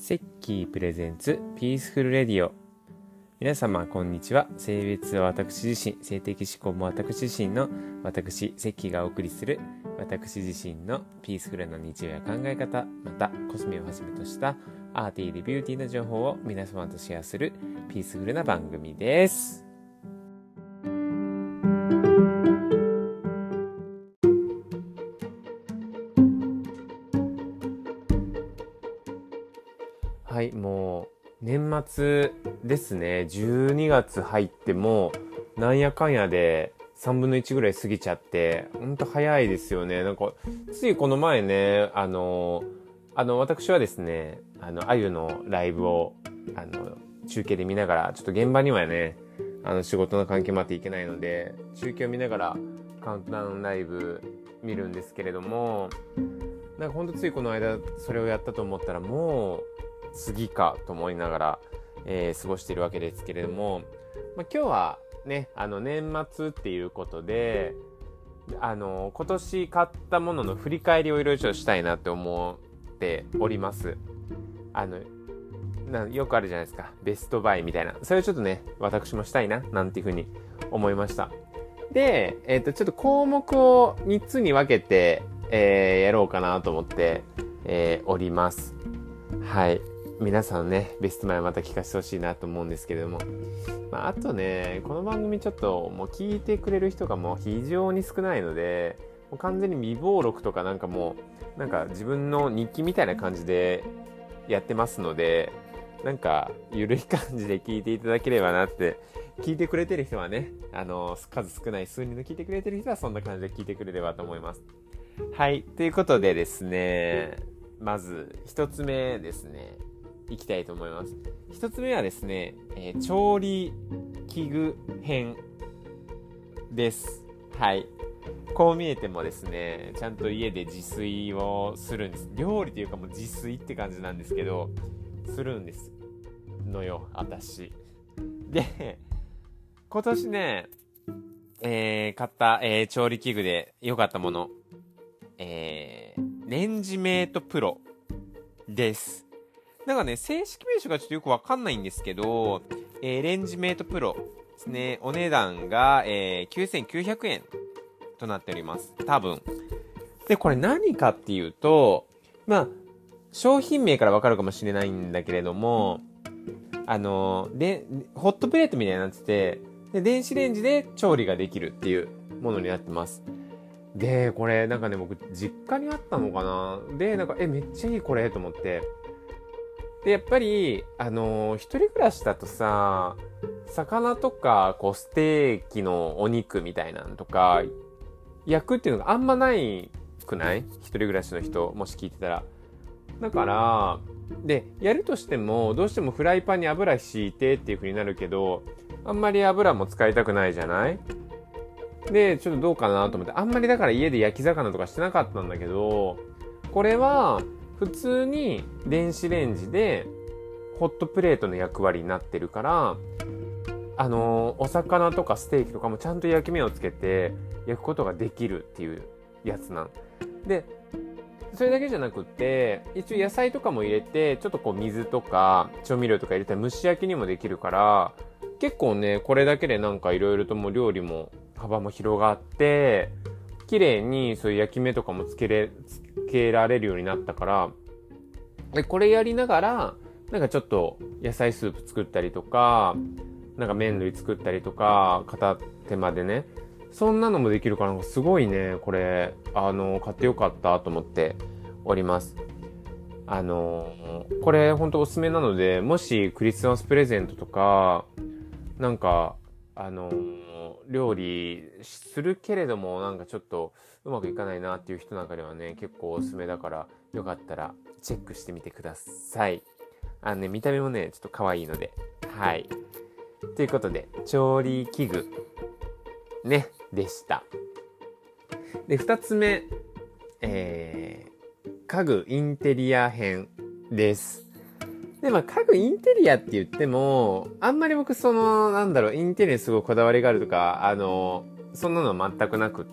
セッキープレゼンツピースフルレディオ。皆様こんにちは。性別は私自身、性的指向も私自身の私セッキーがお送りする私自身のピースフルな日常や考え方、またコスメをはじめとしたアーティーでビューティーな情報を皆様とシェアするピースフルな番組です。はい、もう年末ですね。12月入ってもなんやかんやで3分の1ぐらい過ぎちゃって、ほんと早いですよね。なんかついこの前ね、私はですね、あゆのライブを中継で見ながら、ちょっと現場にはね、仕事の関係もあっていけないので、中継を見ながらカウントダウンライブ見るんですけれども、なんかほんとついこの間それをやったと思ったらもう次かと思いながら、過ごしているわけですけれども、今日はね、年末っていうことで、今年買ったものの振り返りをいろいろとしたいなって思っております。よくあるじゃないですか、ベストバイみたいな。それをちょっとね、私もしたいななんていうふうに思いました。で、ちょっと項目を3つに分けて、やろうかなと思って、おります。はい。皆さんね、ベストバイまた聞かせてほしいなと思うんですけれども。あとね、この番組ちょっともう聞いてくれる人がもう非常に少ないので、もう完全に未登録とかなんかもう、なんか自分の日記みたいな感じでやってますので、なんかゆるい感じで聞いていただければなって、聞いてくれてる人はね、数少ない数人の聞いてくれてる人はそんな感じで聞いてくれればと思います。はい、ということでですね、まず一つ目ですね、いきたいと思います。一つ目はですね、調理器具編です。はい。こう見えてもですね、ちゃんと家で自炊をするんです。料理というかもう自炊って感じなんですけど、するんですのよ、私。で、今年ね、買った、調理器具で良かったもの、レンジメートプロです。なんかね、正式名称がちょっとよくわかんないんですけど、レンジメートプロですね。お値段が、9900円となっております。多分。で、これ何かっていうと、商品名からわかるかもしれないんだけれども、ホットプレートみたいになってて、で、電子レンジで調理ができるっていうものになってます。で、これなんかね、僕、実家にあったのかな。で、なんか、めっちゃいいこれと思って。で、やっぱり、一人暮らしだとさ、魚とか、ステーキのお肉みたいなのとか、焼くっていうのがあんまないくない？一人暮らしの人、もし聞いてたら。だから、で、やるとしても、どうしてもフライパンに油敷いてっていう風になるけど、あんまり油も使いたくないじゃない？で、ちょっとどうかなと思って、あんまりだから家で焼き魚とかしてなかったんだけど、これは、普通に電子レンジでホットプレートの役割になってるから、お魚とかステーキとかもちゃんと焼き目をつけて焼くことができるっていうやつなんで、それだけじゃなくって一応野菜とかも入れて、ちょっと水とか調味料とか入れたら蒸し焼きにもできるから、結構ね、これだけでなんかいろいろともう料理も幅も広がって、綺麗にそういう焼き目とかもつけられるようになったから、で、これやりながら、なんかちょっと野菜スープ作ったりとか、なんか麺類作ったりとか、片手間でね、そんなのもできるから、なんかすごいね、これ、買ってよかったと思っております。これ本当おすすめなので、もしクリスマスプレゼントとか、なんか、料理するけれどもなんかちょっとうまくいかないなっていう人なんかにはね、結構おすすめだから、よかったらチェックしてみてください。見た目もね、ちょっと可愛いので。はい。ということで、調理器具ね、でした。で、二つ目、家具インテリア編です。で、家具インテリアって言っても、あんまり僕インテリアにすごいこだわりがあるとか、そんなの全くなくって、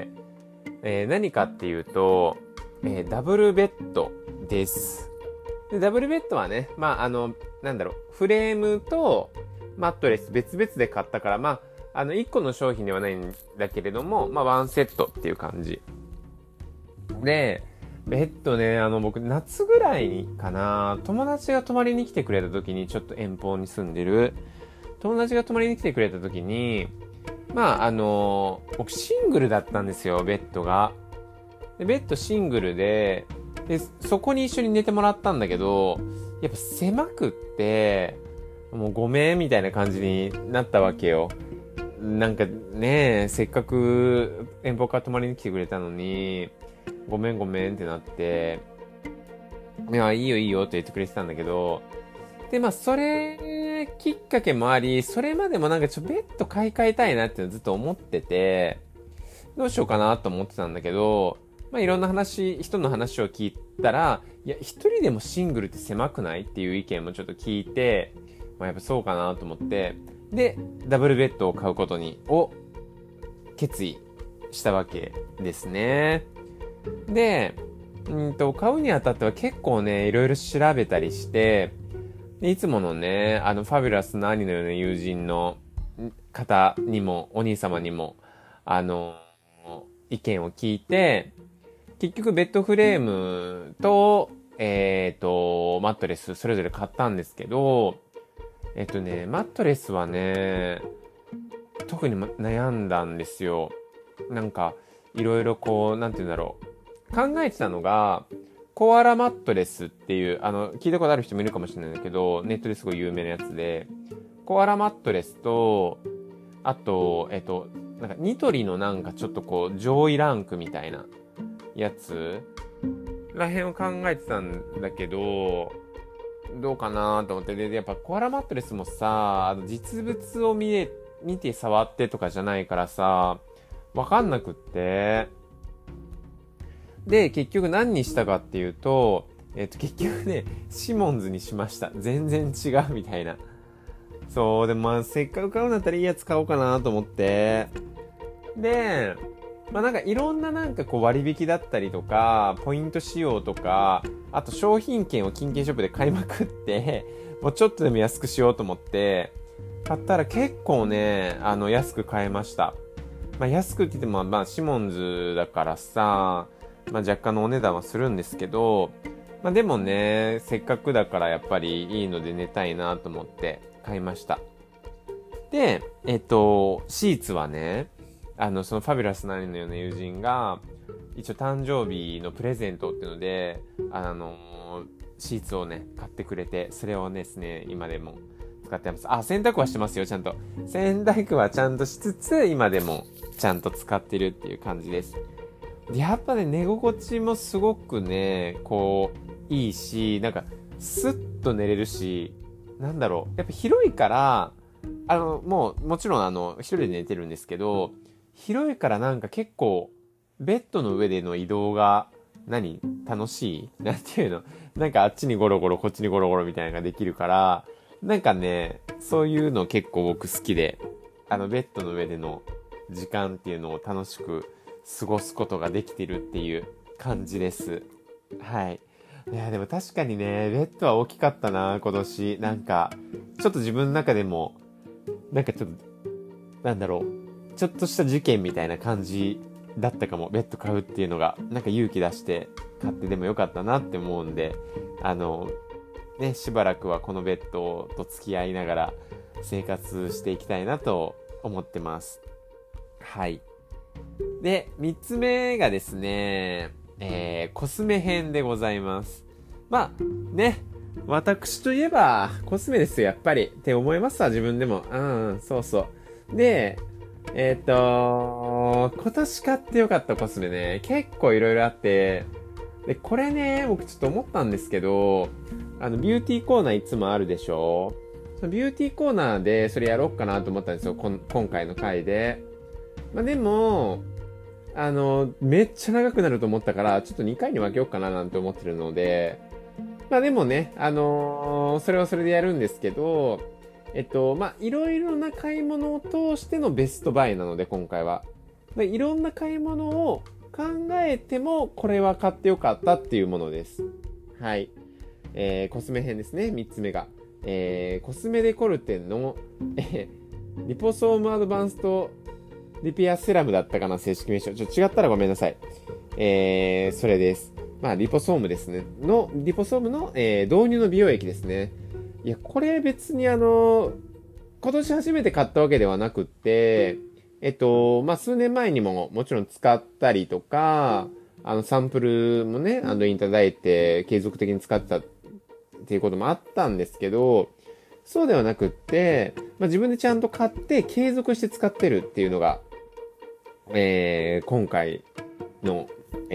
何かっていうと、ダブルベッドです。 で、ダブルベッドはね、フレームとマットレス別々で買ったから、1個の商品ではないんだけれども、ワンセットっていう感じ。で、ベッドね、僕、夏ぐらいにかな、友達が泊まりに来てくれた時に、ちょっと遠方に住んでる、友達が泊まりに来てくれた時に、僕シングルだったんですよ、ベッドが。で、ベッドシングルで、そこに一緒に寝てもらったんだけど、やっぱ狭くって、もうごめんみたいな感じになったわけよ。なんかね、せっかく遠方から泊まりに来てくれたのに、ごめんってなって、いや、いいよいいよって言ってくれてたんだけど、で、それきっかけもあり、それまでもベッド買い替えたいなってずっと思ってて、どうしようかなと思ってたんだけど、いろんな人の話を聞いたら、いや、一人でもシングルって狭くないっていう意見もちょっと聞いて、やっぱそうかなと思って、で、ダブルベッドを買うことを決意したわけですね。で、買うにあたっては結構ね、いろいろ調べたりして、いつものね、ファビュラスな兄のような友人の方にも、お兄様にも、意見を聞いて、結局ベッドフレームと、マットレスそれぞれ買ったんですけど、マットレスはね、特に悩んだんですよ。いろいろなんて言うんだろう。考えてたのが、コアラマットレスっていう、聞いたことある人もいるかもしれないんだけど、ネットですごい有名なやつで、コアラマットレスと、あと、ニトリのちょっと上位ランクみたいなやつらへんを考えてたんだけど、どうかなと思って。で、やっぱコアラマットレスもさ、実物を見て触ってとかじゃないからさ、わかんなくって。で、結局何にしたかっていうと、結局ね、シモンズにしました。全然違うみたいな。そう、でもせっかく買うんだったらいいやつ買おうかなと思って。で、いろんな割引だったりとか、ポイント仕様とか、あと商品券を金券ショップで買いまくって、もうちょっとでも安くしようと思って、買ったら結構ね、安く買えました。安くって言っても、シモンズだからさ、若干のお値段はするんですけど、でもね、せっかくだからやっぱりいいので寝たいなと思って買いました。で、シーツはね、そのファビュラスな兄のような友人が、一応誕生日のプレゼントっていうので、シーツをね、買ってくれて、それをですね、今でも使ってます。洗濯はしてますよ、ちゃんと。洗濯はちゃんとしつつ、今でもちゃんと使ってるっていう感じです。で、やっぱね、寝心地もすごくね、いいし、スッと寝れるし、やっぱ広いから、もちろん一人で寝てるんですけど、広いから結構、ベッドの上での移動が、楽しいなんていうのあっちにゴロゴロ、こっちにゴロゴロみたいなのができるから、そういうの結構僕好きで、ベッドの上での時間っていうのを楽しく過ごすことができてるっていう感じです。はい。いや、でも確かにね、ベッドは大きかったな、今年。ちょっと自分の中でも、ちょっと、ちょっとした事件みたいな感じだったかも。ベッド買うっていうのが、勇気出して買ってでもよかったなって思うんで、ね、しばらくはこのベッドと付き合いながら生活していきたいなと思ってます。はい。で、3つ目がですね、コスメ編でございます。ね、私といえばコスメですよ、やっぱり。って思いますわ、自分でも。そうそう。で、今年買ってよかったコスメね、結構いろいろあって、で、これね、僕ちょっと思ったんですけど、ビューティーコーナーいつもあるでしょ？ビューティーコーナーでそれやろうかなと思ったんですよ、今回の回で。でも、めっちゃ長くなると思ったから、ちょっと2回に分けようかななんて思ってるので、でもね、それはそれでやるんですけど、いろいろな買い物を通してのベストバイなので、今回は。いろんな買い物を考えても、これは買ってよかったっていうものです。はい。 コスメ編ですね。3つ目が。コスメデコルテの、リポソームアドバンストリペアセラムだったかな、正式名称。ちょっと違ったらごめんなさい。それです。まあ、リポソームですね。リポソームの、導入の美容液ですね。いや、これ別に今年初めて買ったわけではなくって、まあ、数年前にももちろん使ったりとか、サンプルもね、いただいて、継続的に使ってたっていうこともあったんですけど、そうではなくって、まあ、自分でちゃんと買って継続して使ってるっていうのが、今回の、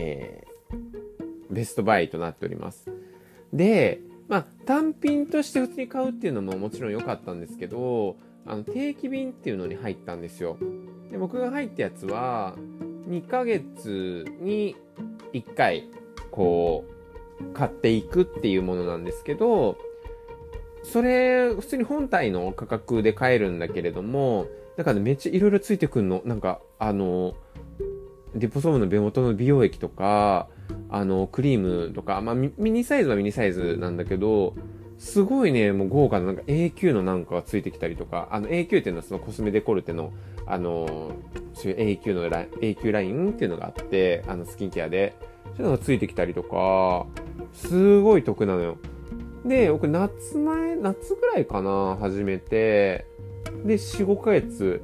ベストバイとなっております。で、まあ、単品として普通に買うっていうのももちろん良かったんですけど、定期便っていうのに入ったんですよ。で、僕が入ったやつは、2ヶ月に1回、こう、買っていくっていうものなんですけど、それ、普通に本体の価格で買えるんだけれども、だから、ね、めっちゃいろいろついてくんの。なんか、リポソームの目元の美容液とか、クリームとか、まあ、ミニサイズはミニサイズなんだけど、すごいね、もう豪華な、なんか A 級のなんかがついてきたりとか、A 級っていうのはそのコスメデコルテの、そういう A 級ラインっていうのがあって、スキンケアで、そういうのがついてきたりとか、すごい得なのよ。で、僕夏ぐらいかな、始めて、で、4、5ヶ月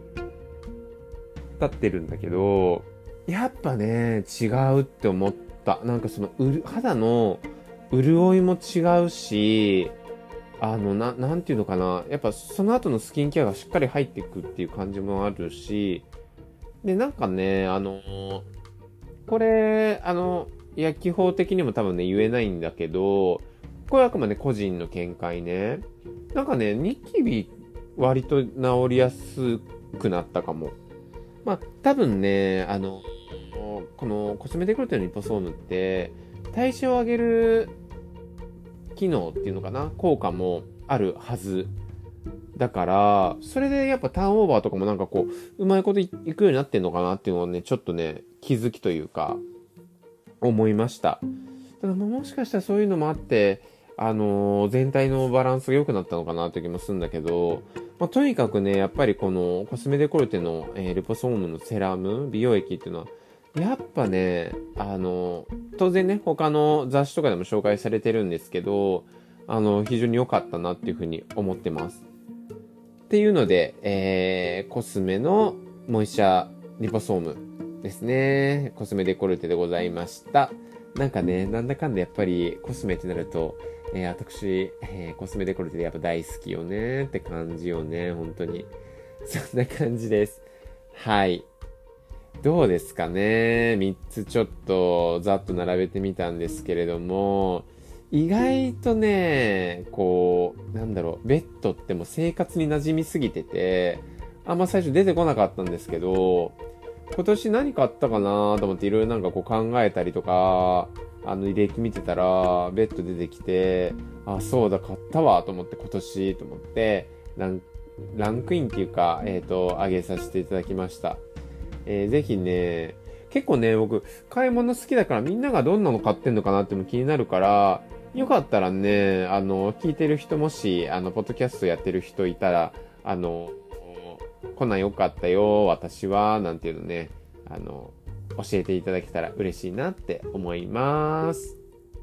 経ってるんだけど、やっぱね、違うって思った。なんかその、肌の潤いも違うし、なんていうのかな。やっぱその後のスキンケアがしっかり入っていくっていう感じもあるし、で、なんかね、これ、薬機法的にも多分ね、言えないんだけど、これはあくまで個人の見解ね。なんかね、ニキビ割と治りやすくなったかも。まあ、多分ね、このコスメデコルテのリポソームって、代謝を上げる機能っていうのかな、効果もあるはず。だから、それでやっぱターンオーバーとかもなんかこう、うまいこといくようになってんのかなっていうのをね、ちょっとね、気づきというか、思いました。ただもしかしたらそういうのもあって、全体のバランスが良くなったのかなという気もするんだけど、まあ、とにかくね、やっぱりこのコスメデコルテの、リポソームのセラム、美容液っていうのは、やっぱね、当然ね、他の雑誌とかでも紹介されてるんですけど、非常に良かったなっていうふうに思ってます。っていうので、コスメのモイスチャーリポソームですね。コスメデコルテでございました。なんかね、なんだかんだやっぱりコスメってなると、私、コスメデコルテでやっぱ大好きよねって感じよね、本当に。そんな感じです。はい。どうですかね。3つちょっとざっと並べてみたんですけれども、意外とね、こう、なんだろう、ベッドってもう生活に馴染みすぎてて、あんま最初出てこなかったんですけど、今年何買ったかなと思っていろいろなんかこう考えたりとか、履歴見てたら、ベッド出てきて、あ、そうだ、買ったわ、と思って今年、と思って、ランクインっていうか、上げさせていただきました。ぜひね、結構ね、僕、買い物好きだからみんながどんなの買ってんのかなっていうの気になるから、よかったらね、聞いてる人もし、ポッドキャストやってる人いたら、こんなんよかったよ、私は、なんていうのね、教えていただけたら嬉しいなって思います。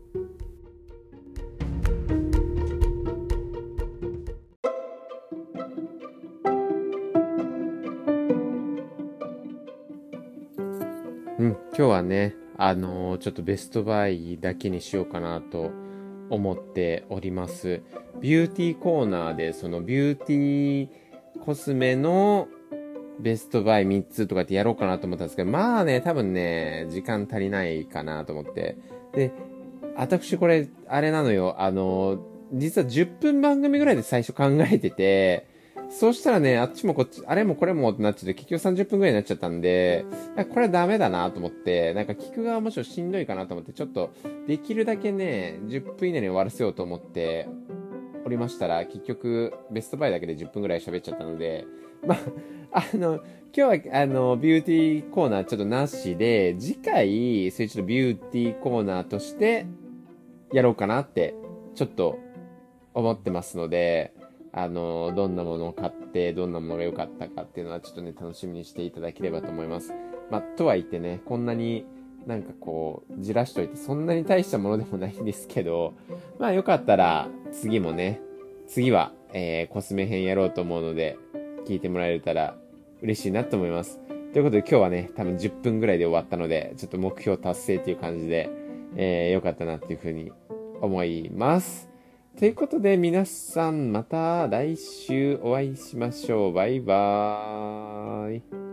今日はね、ちょっとベストバイだけにしようかなと思っております。ビューティーコーナーで、そのビューティーコスメのベストバイ3つとかってやろうかなと思ったんですけど、まあね、多分ね、時間足りないかなと思って。で、私これ、あれなのよ、実は10分番組ぐらいで最初考えてて、そうしたらね、あっちもこっち、あれもこれもってなっちゃって、結局30分ぐらいになっちゃったんで、これはダメだなと思って、なんか聞く側もちろんしんどいかなと思って、ちょっと、できるだけね、10分以内に終わらせようと思っておりましたら、結局、ベストバイだけで10分ぐらい喋っちゃったので、まあ、今日は、ビューティーコーナーちょっとなしで、次回、そういうちょっとビューティーコーナーとして、やろうかなってちょっと思ってますので、どんなものを買って、どんなものが良かったかっていうのはちょっとね、楽しみにしていただければと思います。まあ、とは言ってね、こんなになんかこう、じらしといて、そんなに大したものでもないんですけど、まあよかったら、次は、コスメ編やろうと思うので、聞いてもらえたら嬉しいなと思います。ということで今日はね、多分10分ぐらいで終わったので、ちょっと目標達成という感じで、良かったなっていうふうに思います。ということで皆さんまた来週お会いしましょう。バイバーイ。